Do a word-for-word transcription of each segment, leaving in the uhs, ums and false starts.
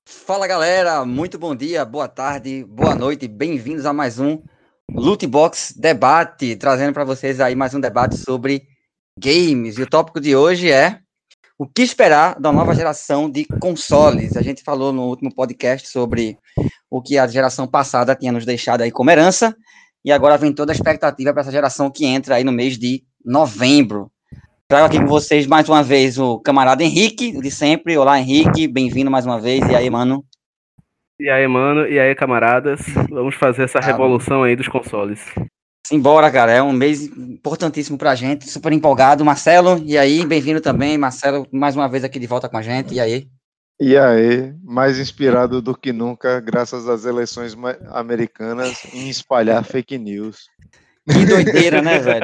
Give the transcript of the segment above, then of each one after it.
Fala galera, muito bom dia, boa tarde, boa noite, bem-vindos a mais um Loot Box Debate, trazendo para vocês aí mais um debate sobre games. E o tópico de hoje é o que esperar da nova geração de consoles. A gente falou no último podcast sobre o que a geração passada tinha nos deixado aí como herança, e agora vem toda a expectativa para essa geração que entra aí no mês de novembro. Trago aqui com vocês mais uma vez o camarada Henrique, de sempre. Olá, Henrique, bem-vindo mais uma vez. E aí, mano? E aí, mano? E aí, camaradas? Vamos fazer essa Ah, revolução aí dos consoles. Simbora, cara. É um mês importantíssimo pra gente. Super empolgado. Marcelo, e aí? Bem-vindo também. Marcelo, mais uma vez aqui de volta com a gente. E aí? E aí, mais inspirado do que nunca, graças às eleições americanas, em espalhar fake news. Que doideira, né, velho?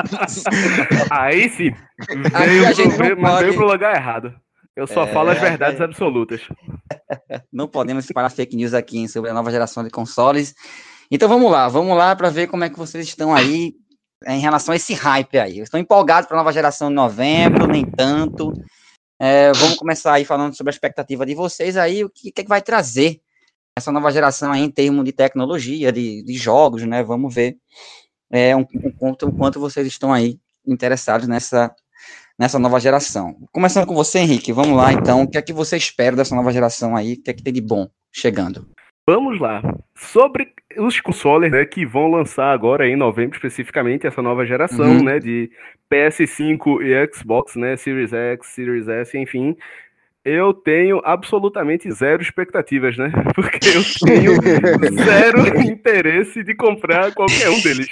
Aí sim, Aqui veio, a gente pro, veio, não mas pode... veio pro lugar errado. Eu só É, falo as verdades é... absolutas. Não podemos espalhar fake news aqui sobre a nova geração de consoles. Então vamos lá, vamos lá para ver como é que vocês estão aí em relação a esse hype aí. Estão empolgados para a nova geração de novembro, nem tanto. É, vamos começar aí falando sobre a expectativa de vocês aí, o que, que, é que vai trazer essa nova geração aí em termos de tecnologia, de, de jogos, né? Vamos ver é, um, um, quanto, um quanto vocês estão aí interessados nessa, nessa nova geração. Começando com você, Henrique, vamos lá então. O que é que você espera dessa nova geração aí? O que é que tem de bom chegando? Vamos lá. Sobre os consoles, né, que vão lançar agora em novembro, especificamente, essa nova geração, Uhum. né, de P S cinco e Xbox, né, Series X, Series S, enfim, eu tenho absolutamente zero expectativas, né, porque eu tenho zero interesse de comprar qualquer um deles.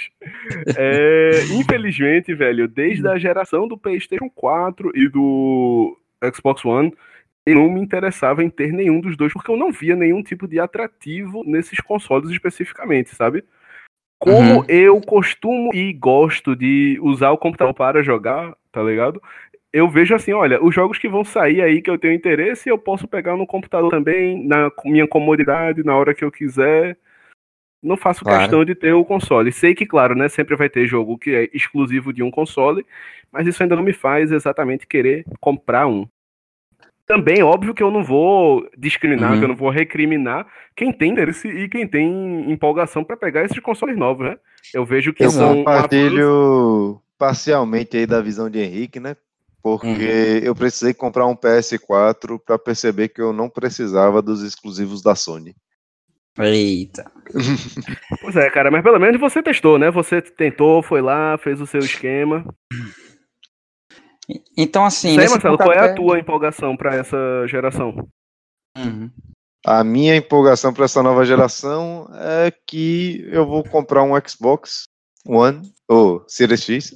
É, infelizmente, velho, desde a geração do PlayStation quatro e do Xbox One, eu não me interessava em ter nenhum dos dois, porque eu não via nenhum tipo de atrativo nesses consoles especificamente, sabe? Como Uhum. eu costumo e gosto de usar o computador para jogar, tá ligado? Eu vejo assim, olha, os jogos que vão sair aí que eu tenho interesse, eu posso pegar no computador também, na minha comodidade, na hora que eu quiser. Não faço Claro. questão de ter o console. Sei que, claro, né, sempre vai ter jogo que é exclusivo de um console, mas isso ainda não me faz exatamente querer comprar um. Também, óbvio que eu não vou discriminar, Uhum. que eu não vou recriminar quem tem interesse e quem tem empolgação para pegar esses consoles novos, né? Eu vejo que Eu são compartilho parcialmente aí da visão de Henrique, né? Porque Uhum. eu precisei comprar um P S quatro para perceber que eu não precisava dos exclusivos da Sony. Eita. Pois é, cara, mas pelo menos você testou, né? Você tentou, foi lá, fez o seu esquema. Então, assim, Isso aí, nesse Marcelo, qual é a pontapé... tua empolgação para essa geração? Uhum. A minha empolgação para essa nova geração é que eu vou comprar um Xbox One, ou Series X,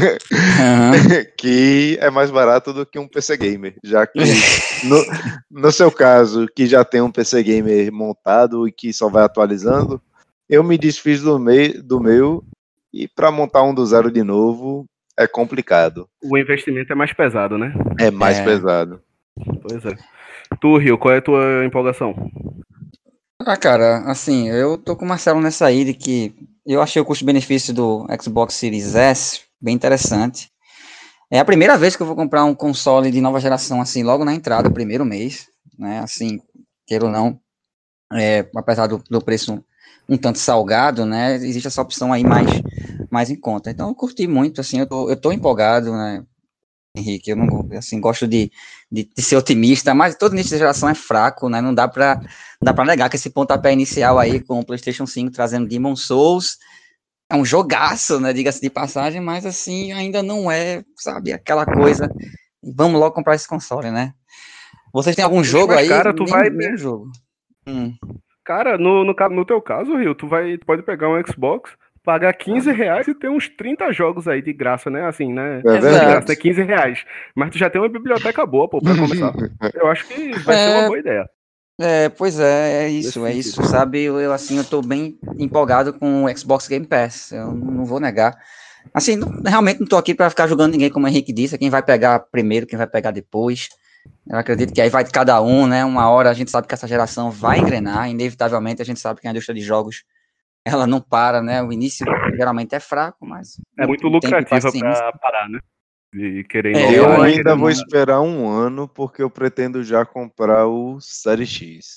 Uhum. que é mais barato do que um P C Gamer, já que no, no seu caso, que já tem um P C Gamer montado e que só vai atualizando, eu me desfiz do, mei, do meu, e para montar um do zero de novo é complicado. O investimento é mais pesado, né? É mais É. pesado. Pois é. Tu, Rio, qual é a tua empolgação? Ah, cara, assim, eu tô com o Marcelo nessa aí de que eu achei o custo-benefício do Xbox Series S bem interessante. É a primeira vez que eu vou comprar um console de nova geração, assim, logo na entrada, primeiro mês, né, assim, queira ou não, é, apesar do, do preço um, um tanto salgado, né, existe essa opção aí mais, mais em conta. Então eu curti muito, assim, eu tô, eu tô empolgado, né, Henrique, eu não, assim, gosto de, de, de ser otimista, mas todo início de geração é fraco, né, não dá pra, não dá pra negar que esse pontapé inicial aí com o PlayStation cinco trazendo Demon's Souls é um jogaço, né, diga-se de passagem, mas assim, ainda não é, sabe, aquela coisa, vamos logo comprar esse console, né. Vocês têm algum jogo Mas, aí? cara, tu Nem, vai... nenhum jogo. Hum. Cara, no, no, no teu caso, Rio, tu vai, tu pode pegar um Xbox, pagar quinze reais e ter uns trinta jogos aí de graça, né? Assim, né? É De graça, Exato. é quinze reais. Mas tu já tem uma biblioteca boa, pô, pra começar. Eu acho que vai ser uma É, boa ideia. é, pois é, é isso, Nesse é sentido. isso, sabe, eu, eu, assim, eu tô bem empolgado com o Xbox Game Pass, eu não vou negar. Assim, não, realmente não tô aqui pra ficar jogando ninguém, como o Henrique disse, quem vai pegar primeiro, quem vai pegar depois. Eu acredito que aí vai de cada um, né, uma hora a gente sabe que essa geração vai engrenar, inevitavelmente a gente sabe que a indústria de jogos, ela não para, né, o início geralmente é fraco, mas É com muito com tempo e lucrativa paciência. pra parar, né? de querer É, inovar. Eu eu ainda acho vou que- esperar um ano, porque eu pretendo já comprar o Série X.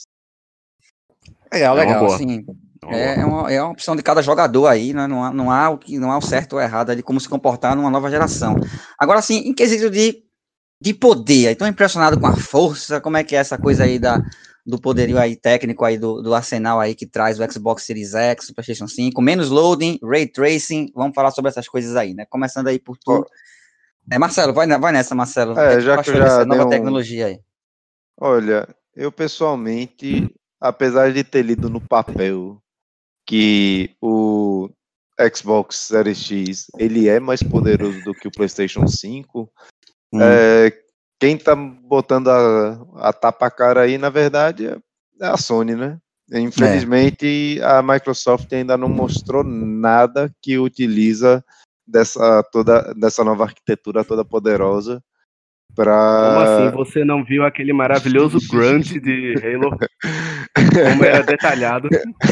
Legal, É uma legal, boa. assim. É uma É, boa. é uma, é uma opção de cada jogador aí, né? Não há, não há o que não há o certo ou errado aí de como se comportar numa nova geração. Agora, assim, em quesito de, de poder, aí tô impressionado com a força, como é que é essa coisa aí da, do poderio aí técnico aí do, do arsenal aí que traz o Xbox Series X, o PlayStation cinco, menos loading, Ray Tracing, vamos falar sobre essas coisas aí, né? Começando aí por Ó, tu. É, Marcelo, vai, vai nessa, Marcelo. O que é É, que tu já que eu achou já dessa dei nova um. tecnologia aí? Olha, eu pessoalmente, apesar de ter lido no papel que o Xbox Series X ele é mais poderoso do que o PlayStation cinco, Hum, é, quem tá botando a, a tapa a cara aí, na verdade, é é a Sony, né? Infelizmente, a Microsoft ainda não mostrou nada que utiliza dessa, toda, dessa nova arquitetura toda poderosa Como assim? para. Você não viu aquele maravilhoso grunt de Halo? Como era detalhado.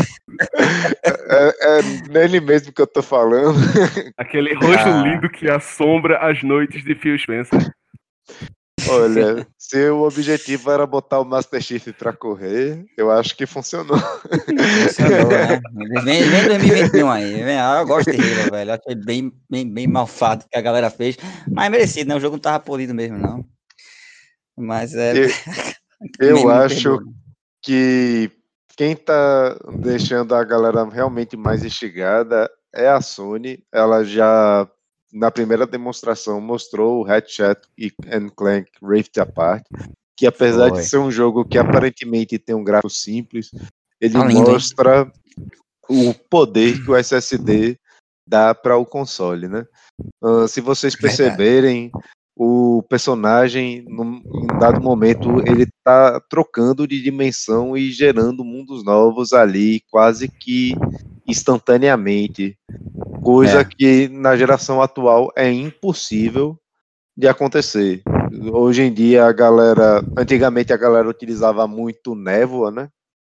É, é nele mesmo que eu tô falando. Aquele rosto Ah. lindo que assombra as noites de Phil Spencer. Olha, se o objetivo era botar o Master Chief pra correr, eu acho que funcionou. Funcionou, né? Vem, vem dois mil e vinte e um aí. Vem, ah, eu gosto de Halo, velho. Eu achei bem, bem, bem malfado que a galera fez. Mas é merecido, né? O jogo não tava polido mesmo, não. Mas é. Eu, O eu meme não acho perdoa. Né? que quem tá deixando a galera realmente mais instigada é a Sony. Ela já, na primeira demonstração, mostrou o Ratchet e and Clank Rift Apart, que apesar de Foi. ser um jogo que aparentemente tem um gráfico simples, ele Tá lindo, hein? mostra o poder que o S S D dá para o console, né? Uh, se vocês Verdade. perceberem, o personagem, num, em um dado momento, ele tá trocando de dimensão e gerando mundos novos ali, quase que instantaneamente, coisa É. que na geração atual é impossível de acontecer. Hoje em dia a galera, antigamente a galera utilizava muito névoa, né?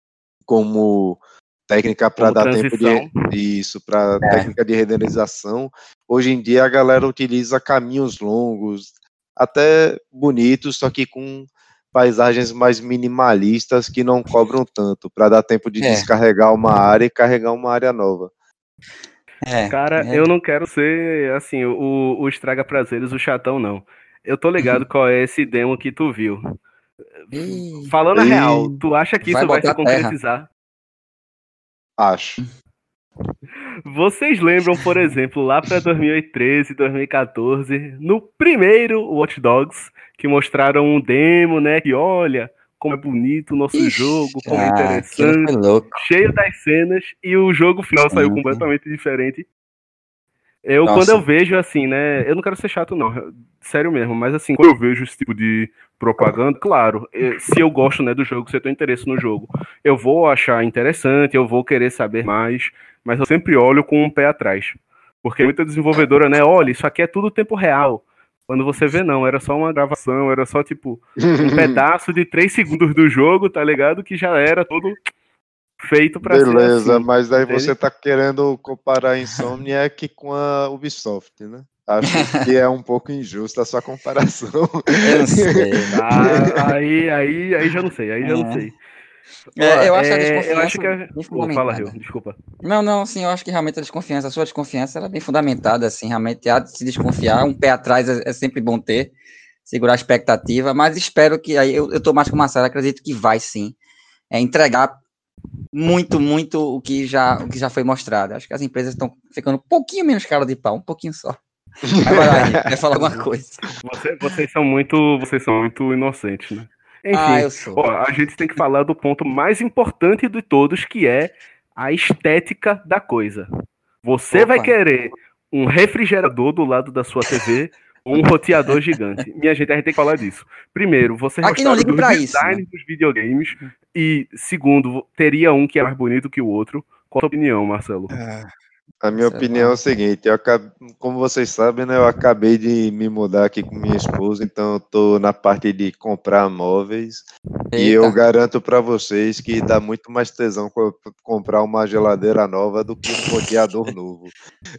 Como técnica para Como dar tempo transição. de isso, para É. técnica de renderização. Hoje em dia a galera utiliza caminhos longos, até bonitos, só que com paisagens mais minimalistas que não cobram tanto, para dar tempo de É. descarregar uma área e carregar uma área nova. É. Cara, é. eu não quero ser, assim, o, o estraga prazeres, o chatão, não. Eu tô ligado qual é esse demo que tu viu. Ih, Falando a real, E tu acha que vai isso vai botar se terra. concretizar? acho. Vocês lembram, por exemplo, lá pra dois mil e treze, dois mil e quatorze, no primeiro Watch Dogs, que mostraram um demo, né? Que olha como é bonito o nosso Ixi, jogo, como é ah, aquilo foi interessante, louco. cheio das cenas, e o jogo final saiu Sim. completamente diferente. Eu, Nossa. quando eu vejo assim, né? Eu não quero ser chato, não. Sério mesmo, mas assim, quando eu vejo esse tipo de propaganda, claro, eh, se eu gosto, né, do jogo, se eu tenho interesse no jogo, eu vou achar interessante, eu vou querer saber mais, mas eu sempre olho com um pé atrás. Porque muita desenvolvedora, né, olha, isso aqui é tudo tempo real. Quando você vê, não, era só uma gravação, era só, tipo, um pedaço de três segundos do jogo, tá ligado? Que já era todo feito pra ser Beleza, assim. mas daí Entende? você tá querendo comparar a Insomniac com a Ubisoft, né? Acho que é um pouco injusta a sua comparação. Eu não sei. Ah, aí, aí, aí já não sei, aí já não É. sei. Ó, É, eu acho a é, eu acho desconfiança que a... bem Oh, fala, Rio, fundamentada. desculpa. Não, não, assim, eu acho que realmente a desconfiança, a sua desconfiança, ela é bem fundamentada, assim, realmente há de se desconfiar, um pé atrás é, é sempre bom ter, segurar a expectativa, mas espero que, aí eu, eu tô mais com o Marcelo, acredito que vai sim, é entregar muito, muito o que já, o que já foi mostrado. Acho que as empresas estão ficando um pouquinho menos cara de pau, um pouquinho só. Mas vai lá, Henrique, quer falar alguma coisa? Você, vocês são muito, vocês são muito inocentes, né? Ah, Enfim, eu sou. ó, a gente tem que falar do ponto mais importante de todos, que é a estética da coisa. Você Opa. vai querer um refrigerador do lado da sua T V ou um roteador gigante? Minha gente, a gente tem que falar disso. Primeiro, vocês Aqui não gostaram ligo dos pra isso, designs né? dos videogames. E, segundo, teria um que é mais bonito que o outro. Qual a sua opinião, Marcelo? A minha opinião é o seguinte, eu acab... como vocês sabem, né, eu acabei de me mudar aqui com minha esposa, então eu tô na parte de comprar móveis E eu Eita. garanto pra vocês que dá muito mais tesão co- comprar uma geladeira nova do que um roteador novo.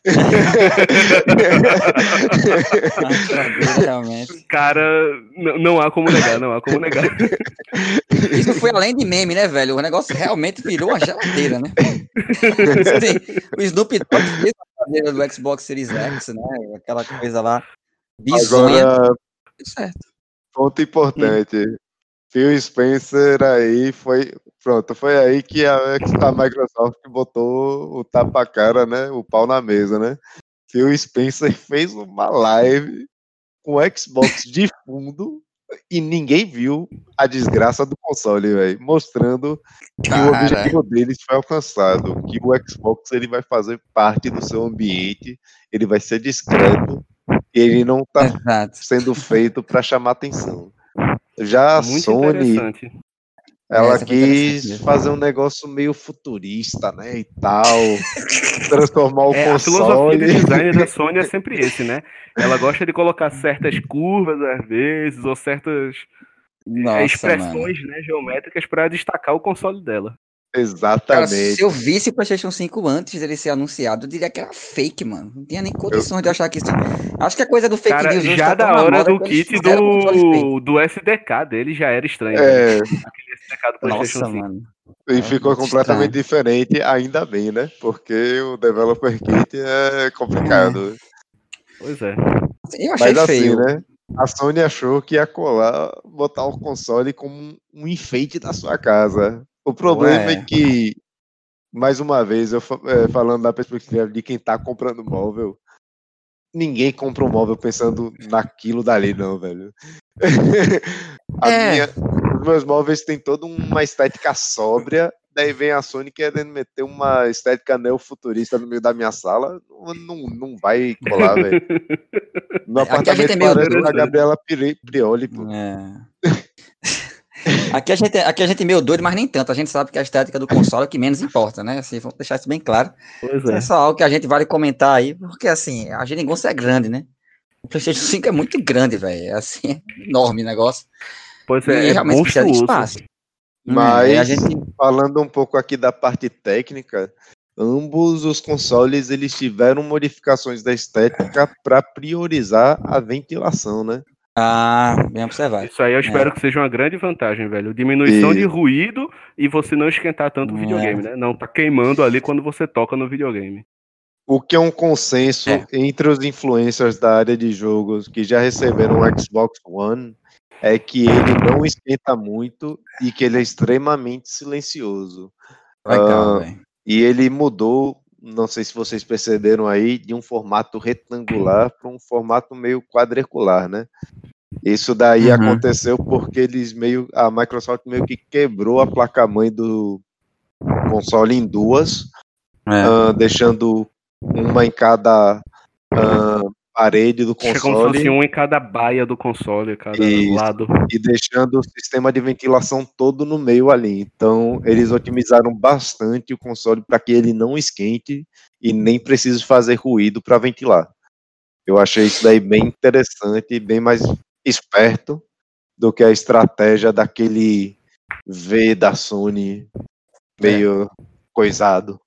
A geladeira, realmente. Cara, n- não há como negar, não há como negar. Isso foi além de meme, né, velho? O negócio realmente virou uma geladeira, né? Sim, o Snoop Dogg fez a geladeira do Xbox Series X, né? Aquela coisa lá bizonha. Agora, Tudo certo. ponto importante. Phil Spencer aí foi. Pronto, foi aí que a, a Microsoft botou o tapa-cara, né? O pau na mesa, né? Phil Spencer fez uma live com o Xbox de fundo e ninguém viu a desgraça do console, velho. Mostrando que o Cara, objetivo deles foi alcançado. Que o Xbox ele vai fazer parte do seu ambiente, ele vai ser discreto e ele não tá exato. sendo feito para chamar atenção. Já a Muito Sony, interessante. ela Essa foi interessante quis mesmo. fazer um negócio meio futurista, né, e tal, transformar o É, a filosofia de console. design da Sony é sempre esse, né? Ela gosta de colocar certas curvas às vezes, ou certas é, Nossa, mano. expressões, né, geométricas para destacar o console dela. Cara, Exatamente. se eu visse o PlayStation cinco antes dele ser anunciado, eu diria que era fake, mano. Não tinha nem condições de achar que isso. Acho que a coisa do fake Cara, news hoje já tá tão da na hora moda do que eles kit fizeram um console fake. do, do S D K dele já era estranho. velho. É, Aquele S D K do PlayStation Nossa, cinco. mano. e É ficou muito completamente estranho. diferente, ainda bem, né? Porque o Developer Kit é complicado. Pois é. Eu achei Mas assim, feio. né? A Sony achou que ia colar, botar o console como um- um enfeite da sua casa. O problema é Ué. que, mais uma vez, eu fa- é, falando da perspectiva de quem tá comprando móvel, ninguém compra um móvel pensando naquilo dali, não, velho. A É. minha, os meus móveis têm toda uma estética sóbria, daí vem a Sony querendo meter uma estética neofuturista no meio da minha sala, não, não, não vai colar, velho. Meu Aqui a gente apartamento é meio parece doido. a Gabriela Piri- Prioli, pô. É. Aqui a, gente, aqui a gente é meio doido, mas nem tanto. A gente sabe que a estética do console é o que menos importa, né? Assim, vamos deixar isso bem claro. Pois É é. só algo que a gente vale comentar aí, porque assim, a geringonça é grande, né? O PlayStation cinco é muito grande, velho. É assim, é enorme o negócio. Pois E é, é realmente precisa de monstruoso. espaço. Mas, É, a gente. falando um pouco aqui da parte técnica, ambos os consoles eles tiveram modificações da estética para priorizar a ventilação, né? Ah, bem observado. Isso aí eu espero É. que seja uma grande vantagem, velho. Diminuição de E ruído e você não esquentar tanto o É. videogame, né? Não tá queimando ali quando você toca no videogame. o que é um consenso É. entre os influencers da área de jogos que já receberam o Xbox One é que ele não esquenta muito e que ele é extremamente silencioso. Legal, Ah, velho. e ele mudou, não sei se vocês perceberam aí, de um formato retangular para um formato meio quadricular, né? Isso daí Uhum. aconteceu porque eles meio, a Microsoft meio que quebrou a placa-mãe do console em duas, É. ah, deixando uma em cada ah, parede do Acho que é como se fosse console um em cada baia do console, cada Isso. lado. e deixando o sistema de ventilação todo no meio ali. Então, eles otimizaram bastante o console para que ele não esquente e nem precise fazer ruído para ventilar. Eu achei isso daí bem interessante e bem mais esperto do que a estratégia daquele V da Sony meio coisado.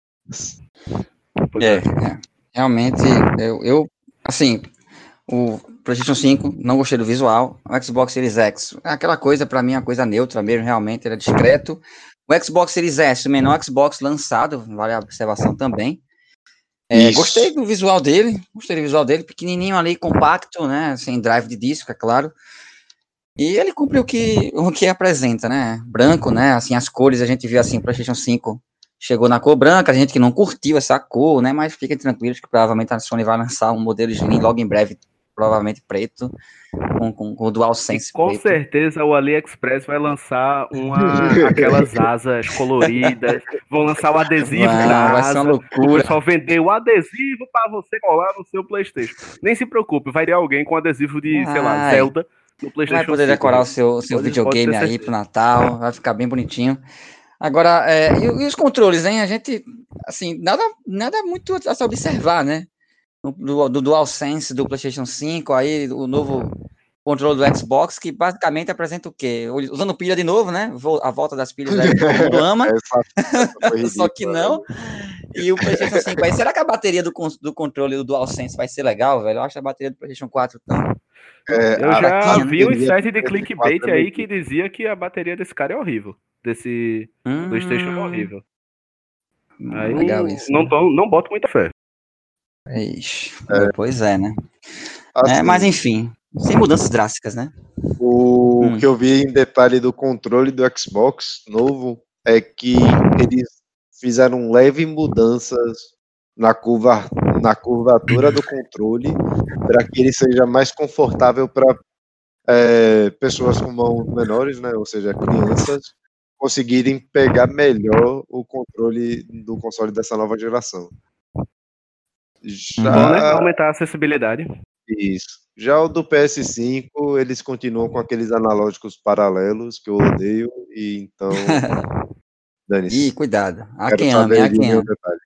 Pois É, é. é. Realmente, eu, eu, assim, o PlayStation cinco, não gostei do visual. O Xbox Series X, é aquela coisa, pra mim, é uma coisa neutra mesmo, realmente, ele é discreto. O Xbox Series S, o menor Xbox lançado, vale a observação também. É, Isso. gostei do visual dele, gostei do visual dele, pequenininho ali, compacto, né, sem drive de disco, é claro. E ele cumpre o que, o que apresenta, né, branco, né, assim, as cores a gente viu assim, o PlayStation cinco chegou na cor branca, a gente que não curtiu essa cor, né, mas fiquem tranquilos que provavelmente a Sony vai lançar um modelo Slim logo em breve, provavelmente preto, com, com, com o E DualSense com preto. certeza o AliExpress vai lançar uma, aquelas asas coloridas, vão lançar o adesivo Vai, da vai ser uma asa, o loucura. pessoal vender o adesivo para você colar no seu PlayStation. Nem se preocupe, vai ter alguém com adesivo de, sei lá, Vai. Zelda no PlayStation Vai poder cinco, decorar o velho. seu, seu Pode, pode videogame ter aí certeza. pro Natal, vai ficar bem bonitinho. Agora, é, e, e os controles, hein? A gente, assim, nada, nada muito a se observar, né? Do, do DualSense do PlayStation cinco, aí o novo controle do Xbox, que basicamente apresenta o quê? Usando pilha de novo, né? A volta das pilhas aí que todo mundo ama. Só que não. E o PlayStation cinco aí, será que a bateria do, do controle do DualSense vai ser legal, velho? Eu acho a bateria do PlayStation quatro tão... É, eu já vi um site de clickbait aí que dizia que a bateria desse cara é horrível. Desse hum, PlayStation é horrível. Aí legal não, isso, não, né? tô, não boto muita fé. Ixi, é. Pois é, né? Assim, é, mas enfim, sem mudanças drásticas, né? O hum. que eu vi em detalhe do controle do Xbox novo é que eles fizeram leves mudanças na, curva, na curvatura do controle para que ele seja mais confortável para é, pessoas com mãos menores, né? Ou seja, crianças, conseguirem pegar melhor o controle do console dessa nova geração. Já... Bom, né? Aumentar a acessibilidade. Isso. Já o do P S cinco, eles continuam com aqueles analógicos paralelos que eu odeio, e então... Ih, cuidado. Há quem ame, há quem ame.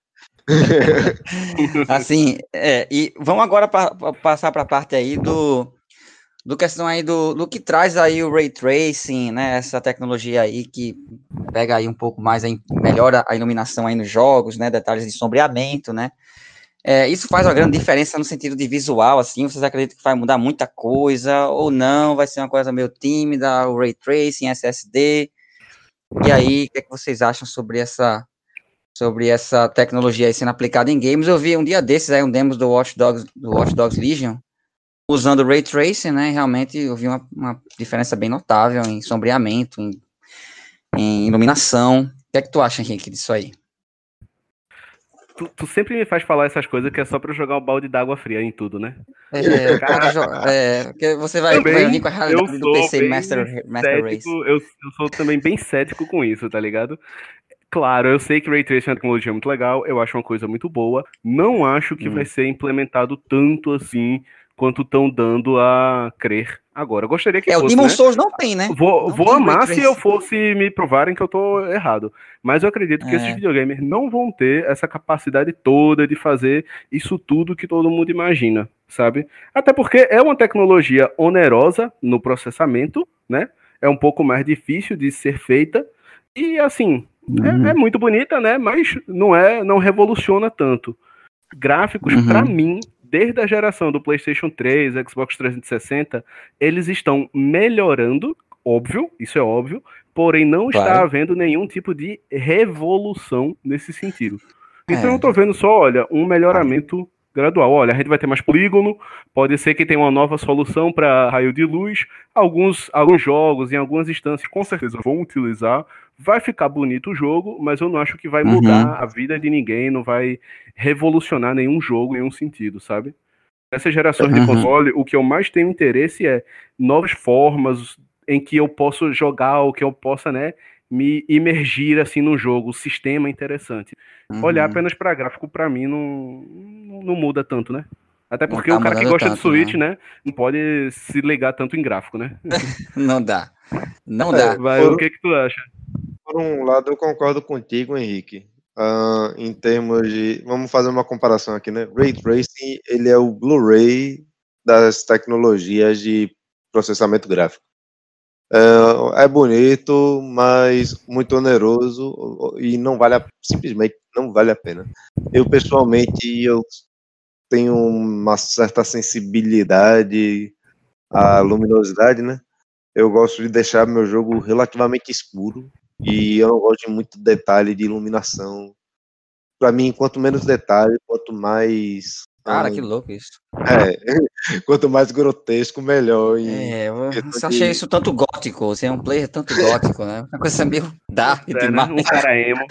Assim, é, e vamos agora pra, pra passar para a parte aí do... do questão aí do, do que traz aí o Ray Tracing, né, essa tecnologia aí que pega aí um pouco mais, aí, melhora a iluminação aí nos jogos, né, detalhes de sombreamento, né, é, isso faz uma grande diferença no sentido de visual, assim, vocês acreditam que vai mudar muita coisa, ou não, vai ser uma coisa meio tímida, o Ray Tracing, S S D, e aí, o que é que vocês acham sobre essa, sobre essa tecnologia aí sendo aplicada em games? Eu vi um dia desses aí, um demo do Watch Dogs, do Watch Dogs Legion, usando o Ray Tracing, né, realmente eu vi uma, uma diferença bem notável em sombreamento, em, em iluminação. O que é que tu acha, Henrique, disso aí? Tu, tu sempre me faz falar essas coisas que é só pra jogar um balde d'água fria em tudo, né? É, cara, é porque você vai, também, vai vir com a realidade do P C Master, Master Race. Eu, eu sou também bem cético com isso, tá ligado? Claro, eu sei que Ray Tracing é uma tecnologia muito legal, eu acho uma coisa muito boa, não acho que hum. vai ser implementado tanto assim quanto estão dando a crer agora. Eu gostaria que é, fosse, o Demon né? Souls não tem, né? Vou, não vou tem amar se eu fosse me provarem que eu tô errado. Mas eu acredito que é. esses videogamers não vão ter essa capacidade toda de fazer isso tudo que todo mundo imagina, sabe? Até porque é uma tecnologia onerosa no processamento, né? É um pouco mais difícil de ser feita. E, assim, uhum. é, é muito bonita, né? Mas não, é, não revoluciona tanto. Gráficos, uhum. pra mim... Desde a geração do PlayStation três, Xbox trezentos e sessenta, eles estão melhorando, óbvio, isso é óbvio, porém não claro. está havendo nenhum tipo de revolução nesse sentido. Então é. eu tô vendo só, olha, um melhoramento gradual. Olha, a gente vai ter mais polígono, pode ser que tenha uma nova solução para raio de luz, alguns, alguns jogos em algumas instâncias com certeza vão utilizar, vai ficar bonito o jogo, mas eu não acho que vai mudar uhum. a vida de ninguém, não vai revolucionar nenhum jogo em nenhum sentido, sabe? Nessas gerações uhum. de console, o que eu mais tenho interesse é novas formas em que eu posso jogar, ou que eu possa, né, me imergir assim no jogo, o sistema é interessante. Uhum. Olhar apenas para gráfico, para mim, não, não muda tanto, né? Até porque tá o cara que gosta tanto, de Switch, né? né, não pode se ligar tanto em gráfico, né? Não dá. Não dá. É, vai, por, o que que tu acha? Por um lado, eu concordo contigo, Henrique. Uh, em termos de... Vamos fazer uma comparação aqui, né? Ray Tracing, ele é o Blu-ray das tecnologias de processamento gráfico. Uh, é bonito, mas muito oneroso e não vale a, simplesmente não vale a pena. Eu, pessoalmente, eu tenho uma certa sensibilidade à luminosidade, né? Eu gosto de deixar meu jogo relativamente escuro e eu não gosto de muito detalhe de iluminação. Para mim, quanto menos detalhe, quanto mais... Cara, hum, que louco isso. É, quanto mais grotesco, melhor. Em é, você achei de... isso tanto gótico, você é um player tanto gótico, né? Uma coisa meio dark é, demais. Né? Um cara emo.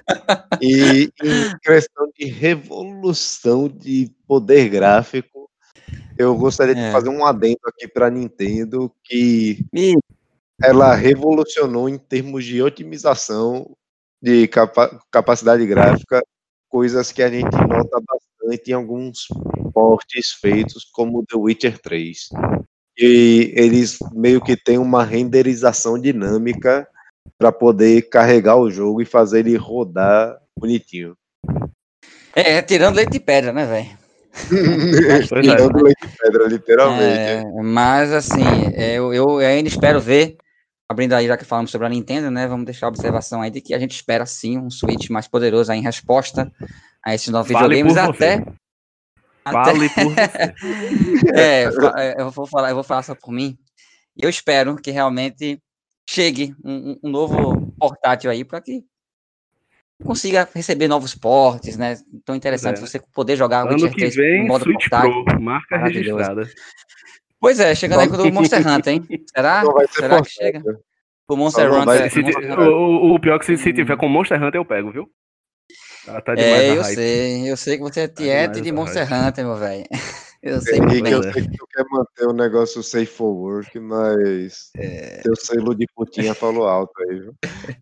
E em questão de revolução de poder gráfico, eu gostaria é. de fazer um adendo aqui para a Nintendo, que e... ela revolucionou em termos de otimização de capa capacidade gráfica, coisas que a gente nota bastante em alguns portes feitos, como The Witcher três. E eles meio que têm uma renderização dinâmica para poder carregar o jogo e fazer ele rodar bonitinho. É, tirando leite de pedra, né, velho? Pois é. Tirando leite de pedra, literalmente. É, mas assim, eu, eu ainda espero ver, abrindo aí, já que falamos sobre a Nintendo, né? Vamos deixar a observação aí de que a gente espera sim um Switch mais poderoso aí em resposta a esses novos Vale videogames, por até. você. Vale por você. É, fa- eu vou falar, eu vou falar só por mim. E eu espero que realmente chegue um, um- um novo portátil aí para que consiga receber novos portes, né? Tão interessante é, né? você poder jogar o Ano Witcher que três no vem, modo Switch portátil. Pro, marca Maravilhoso. registrada. Pois é, chegando aí com o Monster Hunter, hein? Será? Não vai ser Será que portátil. chega? O Monster não vai- Hunter. Se- o Monster se- Hunter- o, o- o pior é que se, se Hum. tiver com Monster Hunter, eu pego, viu? Tá, tá demais É, a eu hype. sei, eu sei que você é Tá demais tiete de essa Monster hype. Hunter, meu velho. Eu sei muito Henrique, eu bem. é. sei que tu quer manter o negócio safe for work, mas teu selo de putinha falou alto aí, viu?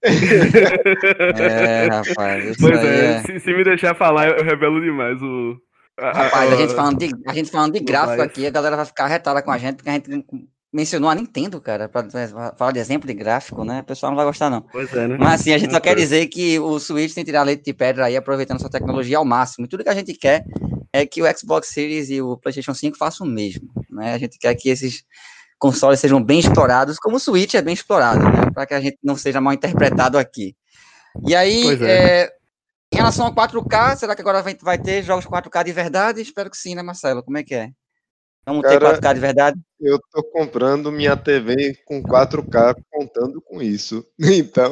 É, rapaz, isso Pois aí é, é. Se, se me deixar falar, eu revelo demais o. a- a- Rapaz, a a- gente falando de, a gente falando de no gráfico bias. aqui, a galera vai ficar retada com a gente, porque a gente mencionou a Nintendo, cara, pra falar de exemplo de gráfico, né? O pessoal não vai gostar, não. Pois é, né? Mas assim, a gente só É, quer pois. dizer que o Switch tem que tirar leite de pedra aí, aproveitando sua tecnologia ao máximo. E tudo que a gente quer é que o Xbox Series e o PlayStation cinco façam o mesmo, né? A gente quer que esses consoles sejam bem explorados, como o Switch é bem explorado, né? Para que a gente não seja mal interpretado aqui. E aí, Pois é. é, em relação a quatro K, será que agora vai, vai ter jogos quatro K de verdade? Espero que sim, né, Marcelo? Como é que é? Vamos ter Cara, quatro K de verdade? Eu tô comprando minha T V com quatro K contando com isso. Então,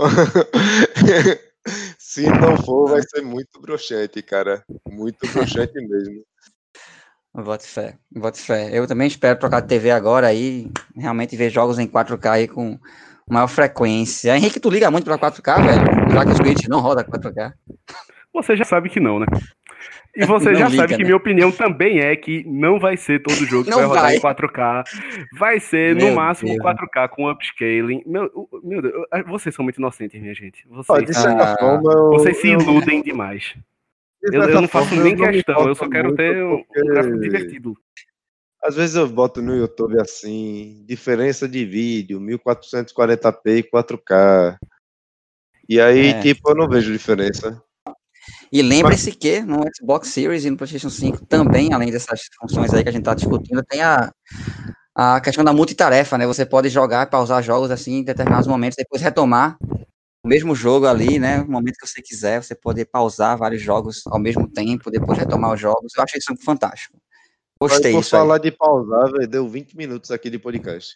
se não for, vai ser muito broxante, cara. Muito broxante mesmo. Boto fé, boto fé. Eu também espero trocar de T V agora aí, realmente ver jogos em quatro K aí com maior frequência. Henrique, tu liga muito pra quatro K, velho? Já que o Switch não roda quatro K. Você já sabe que não, né? E você Não já liga, sabe que né? minha opinião também é que não vai ser todo jogo que Não vai rodar vai. em quatro K. Vai ser, Meu no máximo, Deus. quatro K com upscaling. Meu, o- meu Deus, eu- vocês são muito inocentes, minha gente. Ó, Vocês, de certa Ah, forma, eu, vocês se eu- iludem demais. de Eu, eu certa não faço forma, nem não me questão, eu importa só quero muito, ter um, porque um gráfico divertido. Às vezes eu boto no YouTube assim, diferença de vídeo, mil quatrocentos e quarenta p e quatro K. E aí, É. tipo, eu não vejo diferença. E lembre-se que no Xbox Series e no PlayStation cinco também, além dessas funções aí que a gente tá discutindo, tem a, a questão da multitarefa, né? Você pode jogar e pausar jogos assim em determinados momentos, depois retomar o mesmo jogo ali, né? No momento que você quiser, você pode pausar vários jogos ao mesmo tempo, depois retomar os jogos. Eu achei isso fantástico. Mas Gostei por disso aí. falar de pausar, velho, deu vinte minutos aqui de podcast.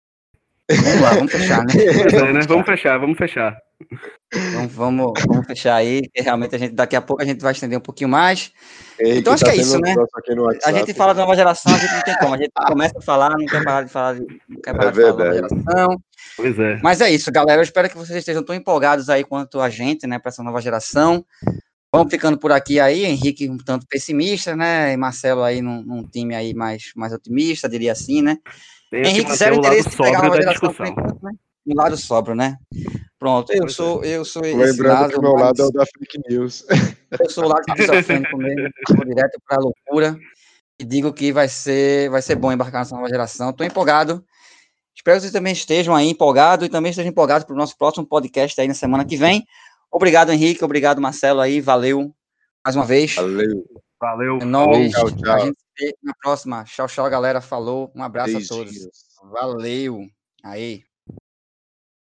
Vamos lá, vamos fechar, né? Pois é, Vamos né? fechar. Vamos fechar, vamos fechar. Vamos, vamos, vamos fechar aí, que realmente a gente, daqui a pouco a gente vai estender um pouquinho mais. Henrique Então acho tá que é tendo isso, um né? troço aqui no A WhatsApp. gente fala da nova geração, a gente não tem como. A gente começa a falar, não quer parar de falar, de- não quer parar É de falar da nova verdade. geração. Pois é. Mas é isso, galera. Eu espero que vocês estejam tão empolgados aí quanto a gente, né, para essa nova geração. Vamos ficando por aqui aí, Henrique um tanto pessimista, né? E Marcelo aí num, num time aí mais, mais otimista, diria assim, né? Tenho que Henrique, manter zero o lado interesse em pegar a sóbrio nova da geração por discussão. enquanto, né? Um lado sóbrio, né? Pronto, eu Pois é. sou, eu sou esse Lembrando lado, que o meu mas lado é o da fake news. eu sou o lado esquizofrênico mesmo, vou direto para a loucura e digo que vai ser, vai ser bom embarcar nessa nova geração. Estou empolgado. Espero que vocês também estejam aí empolgados e também estejam empolgados para o nosso próximo podcast aí na semana que vem. Obrigado, Henrique. Obrigado, Marcelo aí. Valeu mais uma vez. Valeu. Valeu. É nóis. Tchau, tchau. A gente se vê na próxima. Tchau, tchau, galera. Falou. Um abraço a todos. Beijinhos. Valeu. Aí.